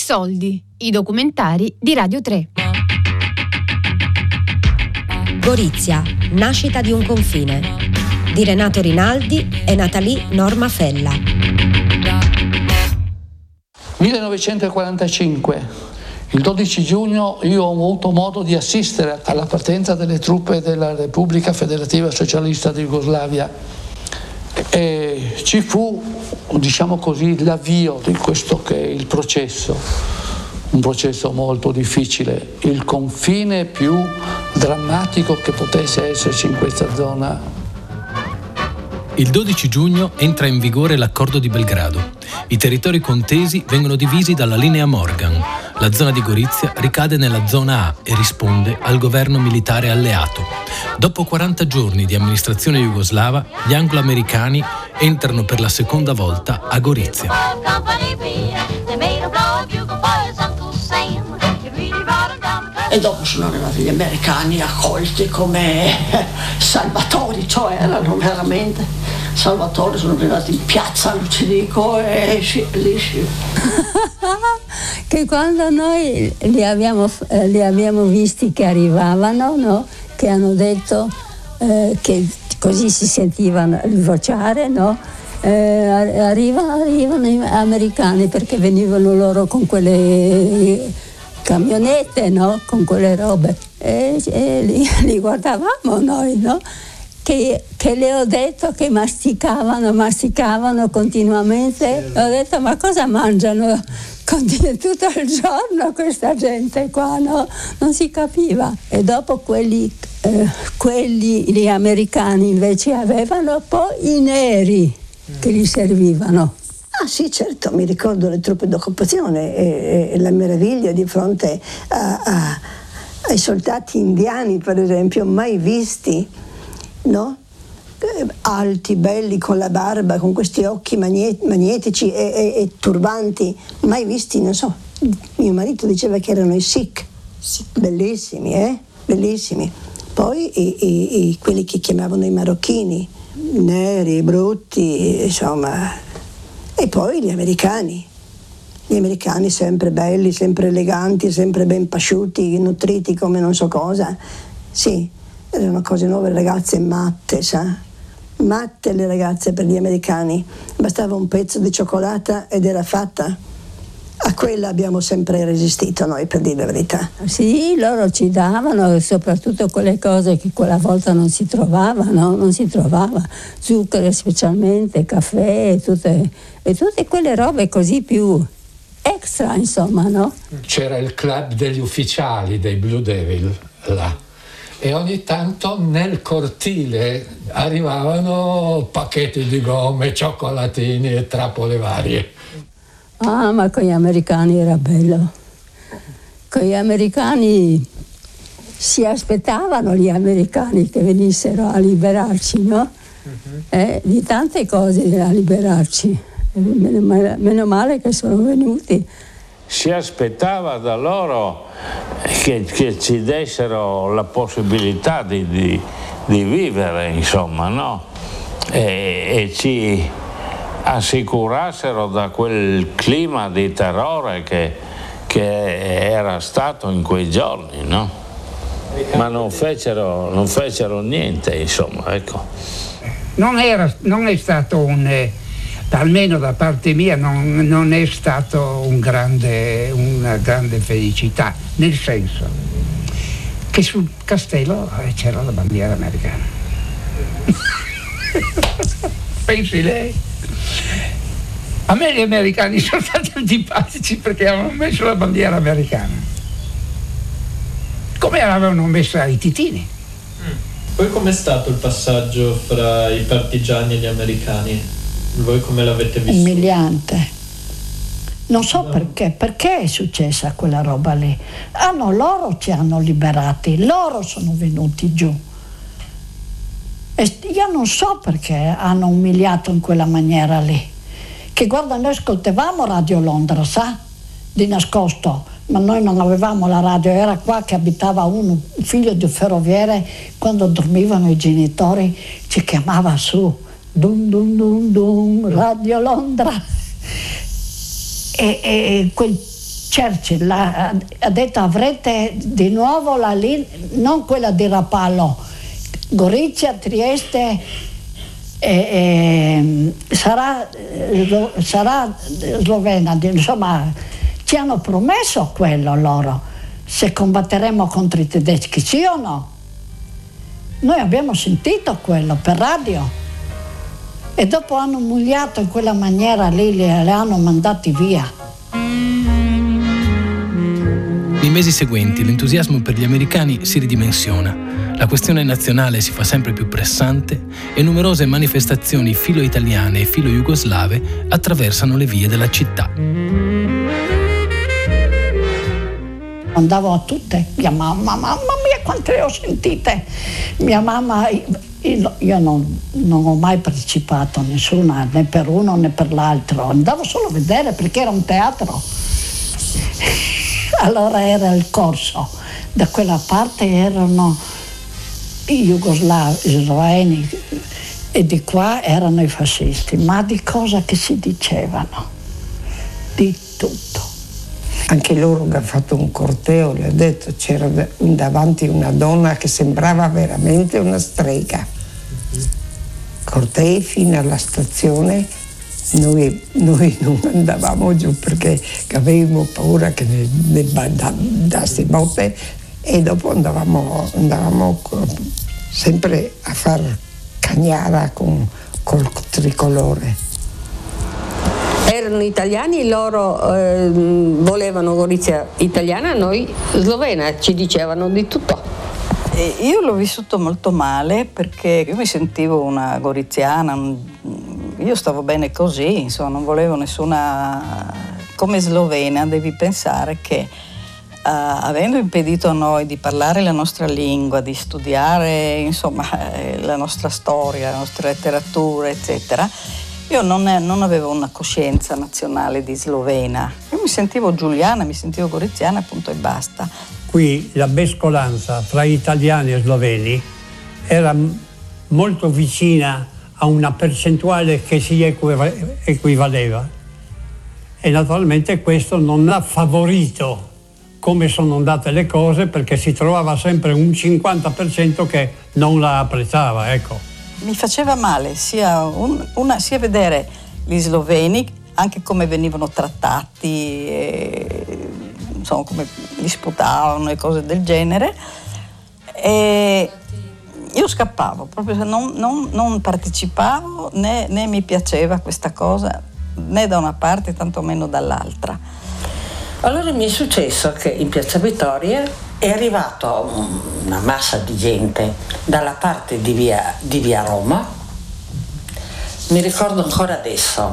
Soldi, i documentari di Radio 3. Gorizia, nascita di un confine, di Renato Rinaldi e Nathalie Norma Fella. 1945, il 12 giugno io ho avuto modo di assistere alla partenza delle truppe della Repubblica Federativa Socialista di Jugoslavia e ci fu, diciamo così, l'avvio di questo che è il processo, un processo molto difficile, il confine più drammatico che potesse esserci in questa zona. Il 12 giugno entra in vigore l'accordo di Belgrado. I territori contesi vengono divisi dalla linea Morgan. La zona di Gorizia ricade nella zona A e risponde al governo militare alleato. Dopo 40 giorni di amministrazione jugoslava, gli anglo-americani entrano per la seconda volta a Gorizia. E dopo sono arrivati gli americani accolti come salvatori, cioè erano veramente salvatori, sono arrivati in piazza Lucidico e lì sì. Che quando noi li abbiamo visti che arrivavano, no? Che hanno detto che così si sentivano vociare, no? Arrivano gli americani perché venivano loro con quelle camionette, no? Con quelle robe e li guardavamo noi, no? Che le ho detto che masticavano continuamente. Ho detto ma cosa mangiano tutto il giorno questa gente qua, no? Non si capiva. E dopo gli americani invece avevano poi i neri che li servivano. Ah sì, certo, mi ricordo le truppe d'occupazione e la meraviglia di fronte ai soldati indiani, per esempio, mai visti, no? Alti, belli, con la barba, con questi occhi magnetici e turbanti, mai visti, non so. Mio marito diceva che erano i Sikh, bellissimi, bellissimi. Poi quelli che chiamavano i marocchini, neri, brutti, insomma. E poi gli americani sempre belli, sempre eleganti, sempre ben pasciuti, nutriti come non so cosa. Sì, erano cose nuove, ragazze matte, sa? Matte le ragazze per gli americani. Bastava un pezzo di cioccolata ed era fatta. A quella abbiamo sempre resistito noi, per dire la verità. Sì, loro ci davano soprattutto quelle cose che quella volta non si trovavano, non si trovava, zucchero specialmente, caffè e tutte quelle robe così più extra, insomma, no? C'era il club degli ufficiali dei Blue Devil là e ogni tanto nel cortile arrivavano pacchetti di gomme, cioccolatini e trappole varie. Ah, ma con gli americani era bello. Con gli americani si aspettavano gli americani che venissero a liberarci, no? Di tante cose a liberarci. Meno male che sono venuti. Si aspettava da loro che ci dessero la possibilità di vivere, insomma, no? E ci assicurassero da quel clima di terrore che era stato in quei giorni, no? Ma non fecero niente, insomma, ecco. Non è stato almeno da parte mia, non è stato una grande felicità, nel senso che sul castello c'era la bandiera americana. Pensi lei? A me gli americani sono stati antipatici perché avevano messo la bandiera americana, come l'avevano messa i titini. Poi com'è stato il passaggio fra i partigiani e gli americani? Voi come l'avete vissuto? Umiliante. Non so perché è successa quella roba lì. Ah no, loro ci hanno liberati, loro sono venuti giù. E io non so perché hanno umiliato in quella maniera lì. Che guarda, noi ascoltavamo Radio Londra, sa? Di nascosto, ma noi non avevamo la radio, era qua che abitava un figlio di un ferroviere, quando dormivano i genitori ci chiamava su, dum dum dum dum, Radio Londra. E quel Churchill ha detto avrete di nuovo la linea, non quella di Rapallo, Gorizia, Trieste, sarà slovena, insomma ci hanno promesso quello loro, se combatteremo contro i tedeschi, sì o no? Noi abbiamo sentito quello per radio e dopo hanno umiliato in quella maniera lì, le hanno mandati via. Nei mesi seguenti l'entusiasmo per gli americani si ridimensiona, la questione nazionale si fa sempre più pressante e numerose manifestazioni filo-italiane e filo-jugoslave attraversano le vie della città. Andavo a tutte, mia mamma mia quante le ho sentite, mia mamma, io non ho mai partecipato a nessuna, né per uno né per l'altro, andavo solo a vedere perché era un teatro. Allora era il corso, da quella parte erano i jugoslavi, sloveni e di qua erano i fascisti, ma di cosa che si dicevano? Di tutto. Anche loro hanno fatto un corteo, le ho detto, c'era davanti una donna che sembrava veramente una strega. Cortei fino alla stazione, noi non andavamo giù perché avevamo paura che ne andasse botte e dopo andavamo sempre a far cagnara col tricolore. Erano italiani, loro volevano Gorizia italiana, noi slovena, ci dicevano di tutto. Io l'ho vissuto molto male perché io mi sentivo una goriziana, io stavo bene così, insomma, non volevo nessuna... Come slovena devi pensare che avendo impedito a noi di parlare la nostra lingua, di studiare insomma la nostra storia, la nostra letteratura, eccetera, io non avevo una coscienza nazionale di slovena. Io mi sentivo giuliana, mi sentivo goriziana, appunto, e basta. Qui la mescolanza fra italiani e sloveni era molto vicina a una percentuale che si equivaleva. E naturalmente questo non ha favorito come sono andate le cose, perché si trovava sempre un 50% che non la apprezzava, ecco. Mi faceva male sia vedere gli sloveni, anche come venivano trattati, insomma come li sputavano e cose del genere, e io scappavo, proprio non partecipavo, né mi piaceva questa cosa, né da una parte tantomeno dall'altra. Allora mi è successo che in Piazza Vittoria è arrivata una massa di gente dalla parte di via Roma, mi ricordo ancora adesso,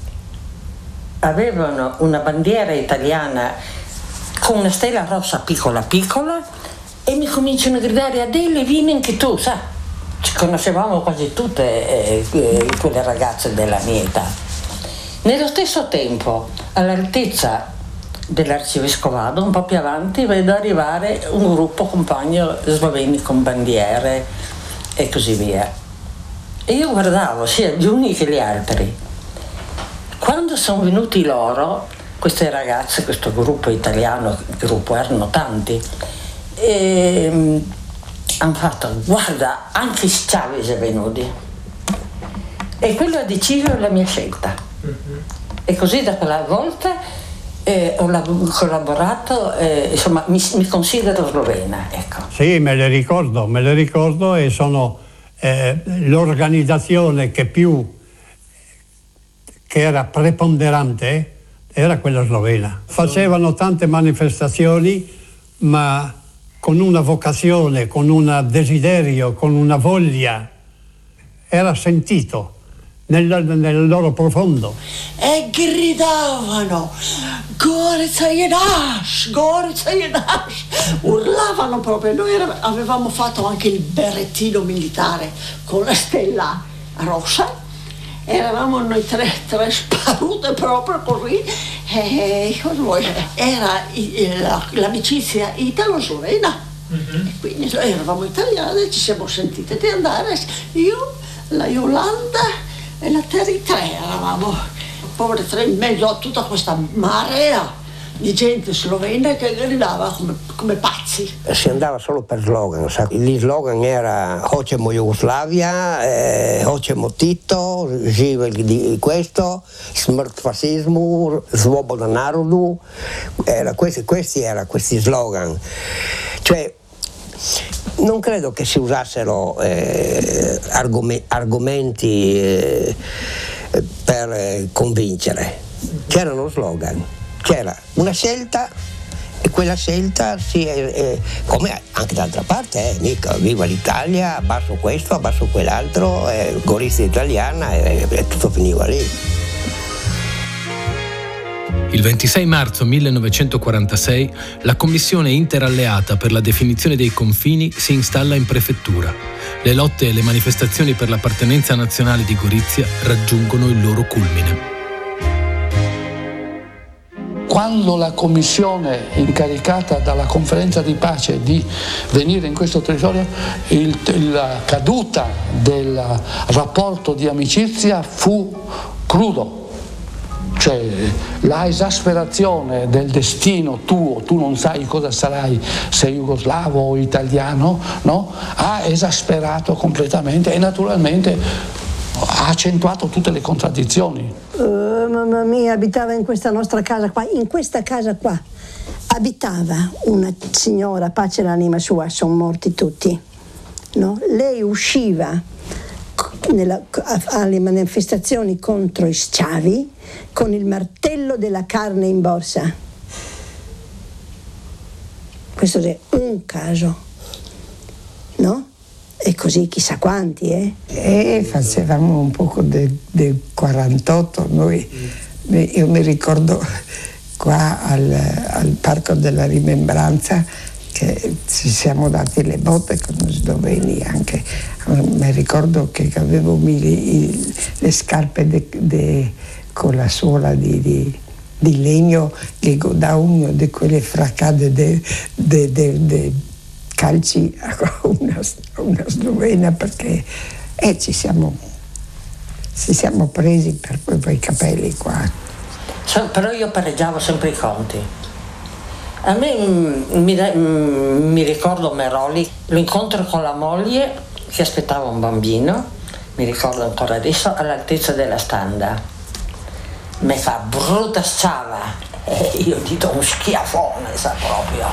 avevano una bandiera italiana con una stella rossa piccola piccola e mi cominciano a gridare: Adele, vieni anche tu, sa? Ci conoscevamo quasi tutte quelle ragazze della mia età. Nello stesso tempo, all'altezza dell'Arcivescovado, un po' più avanti, vedo arrivare un gruppo compagno sloveni con bandiere e così via. E io guardavo sia gli uni che gli altri. Quando sono venuti loro, queste ragazze, questo gruppo italiano, erano tanti, e hanno fatto: guarda, anche Chavez è venuto. E quello ha deciso la mia scelta. E così da quella volta ho collaborato, insomma mi considero slovena, ecco. Sì, me le ricordo e sono l'organizzazione che era preponderante era quella slovena. Facevano tante manifestazioni, ma con una vocazione, con un desiderio, con una voglia, era sentito nel loro profondo. E gridavano: Gorica je naš, Gorica je naš, urlavano proprio. Noi avevamo fatto anche il berrettino militare con la stella rossa, eravamo noi tre sparute proprio così, e cosa vuoi? Era l'amicizia italo-slovena. E quindi noi eravamo italiani, ci siamo sentite di andare, io, la Yolanda e la Terry 3 eravamo, poveri tre, in mezzo a tutta questa marea di gente slovena che gridava come pazzi. Si andava solo per slogan, sa? Gli slogan era Hoćemo Jugoslavia, Hoćemo Tito, Živel di questo, Smrt fascismu, Svoboda narodu, questi erano questi slogan. Cioè, non credo che si usassero argomenti per convincere, c'erano slogan, c'era una scelta e quella scelta come anche d'altra parte, mica viva l'Italia, abbasso questo, abbasso quell'altro, Gorizia italiana e tutto finiva lì. Il 26 marzo 1946 la Commissione interalleata per la definizione dei confini si installa in prefettura. Le lotte e le manifestazioni per l'appartenenza nazionale di Gorizia raggiungono il loro culmine. Quando la commissione incaricata dalla conferenza di pace di venire in questo territorio, la caduta del rapporto di amicizia fu crudo. Cioè la esasperazione del destino tuo, tu non sai cosa sarai, se jugoslavo o italiano, no? Ha esasperato completamente e naturalmente ha accentuato tutte le contraddizioni. Mamma mia, abitava in questa nostra casa qua, in questa casa qua abitava una signora, pace l'anima sua, sono morti tutti, no? Lei usciva alle manifestazioni contro i schiavi con il martello della carne in borsa. Questo è un caso, no? E così chissà quanti, E facevamo un poco del 48, io mi ricordo qua al Parco della Rimembranza che ci siamo dati le botte con gli sloveni anche. Mi ricordo che avevo le scarpe con la suola di legno che da uno di quelle fraccate dei calci a una slovena perché ci siamo presi per i capelli qua. Però io pareggiavo sempre i conti. A me mi ricordo Meroli, l'incontro con la moglie che aspettava un bambino, mi ricordo ancora adesso, all'altezza della standa. Mi fa brutta sciava e io gli do un schiaffone, sa proprio.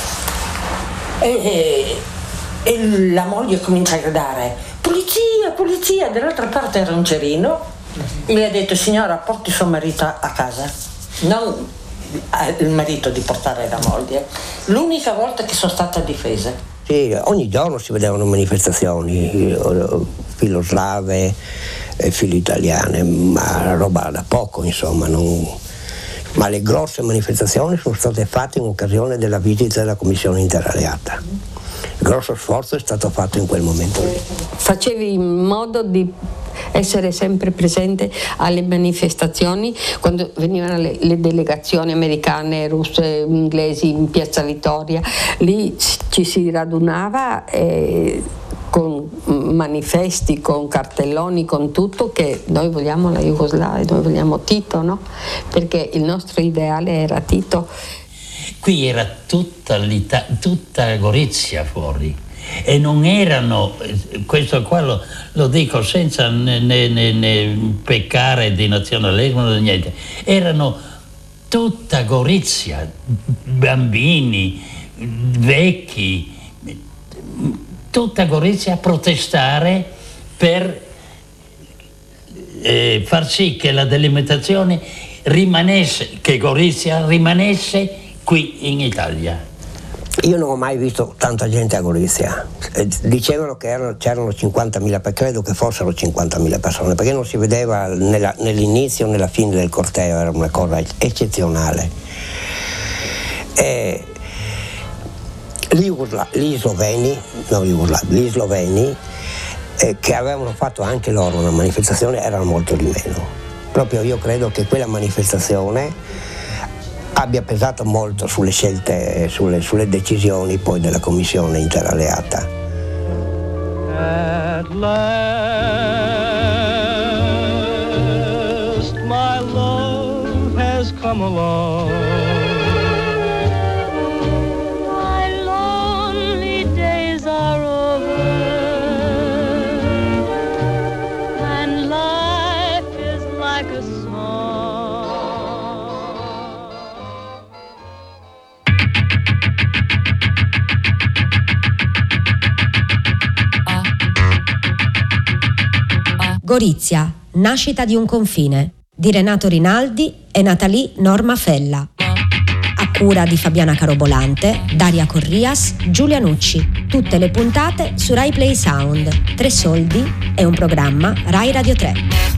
E la moglie comincia a gridare polizia, polizia, dall'altra parte era un cerino e gli ha detto signora porti suo marito a casa, non il marito di portare la moglie. L'unica volta che sono stata difesa. Sì, ogni giorno si vedevano manifestazioni, filoslave, filo italiane, ma roba da poco insomma, ma le grosse manifestazioni sono state fatte in occasione della visita della Commissione interalleata. Il grosso sforzo è stato fatto in quel momento lì. Facevi in modo di essere sempre presente alle manifestazioni quando venivano le delegazioni americane, russe, inglesi in Piazza Vittoria, lì ci si radunava con manifesti, con cartelloni, con tutto, che noi vogliamo la Jugoslavia, noi vogliamo Tito, no? Perché il nostro ideale era Tito. Qui era tutta Gorizia fuori e non erano, questo qua lo dico senza né peccare di nazionalismo né niente, erano tutta Gorizia, bambini, vecchi, tutta Gorizia a protestare per far sì che la delimitazione rimanesse, che Gorizia rimanesse qui in Italia. Io non ho mai visto tanta gente a Gorizia. Dicevano che c'erano 50.000, credo che fossero 50.000 persone, perché non si vedeva nell'inizio o nella fine del corteo, era una cosa eccezionale. Gli sloveni che avevano fatto anche loro una manifestazione erano molto di meno. Proprio io credo che quella manifestazione abbia pesato molto sulle scelte, sulle decisioni poi della Commissione interalleata. At last my love has come along. Gorizia, nascita di un confine, di Renato Rinaldi e Nathalie Norma Fella. A cura di Fabiana Carobolante, Daria Corrias, Giulia Nucci. Tutte le puntate su Rai Play Sound. 3 soldi è un programma Rai Radio 3.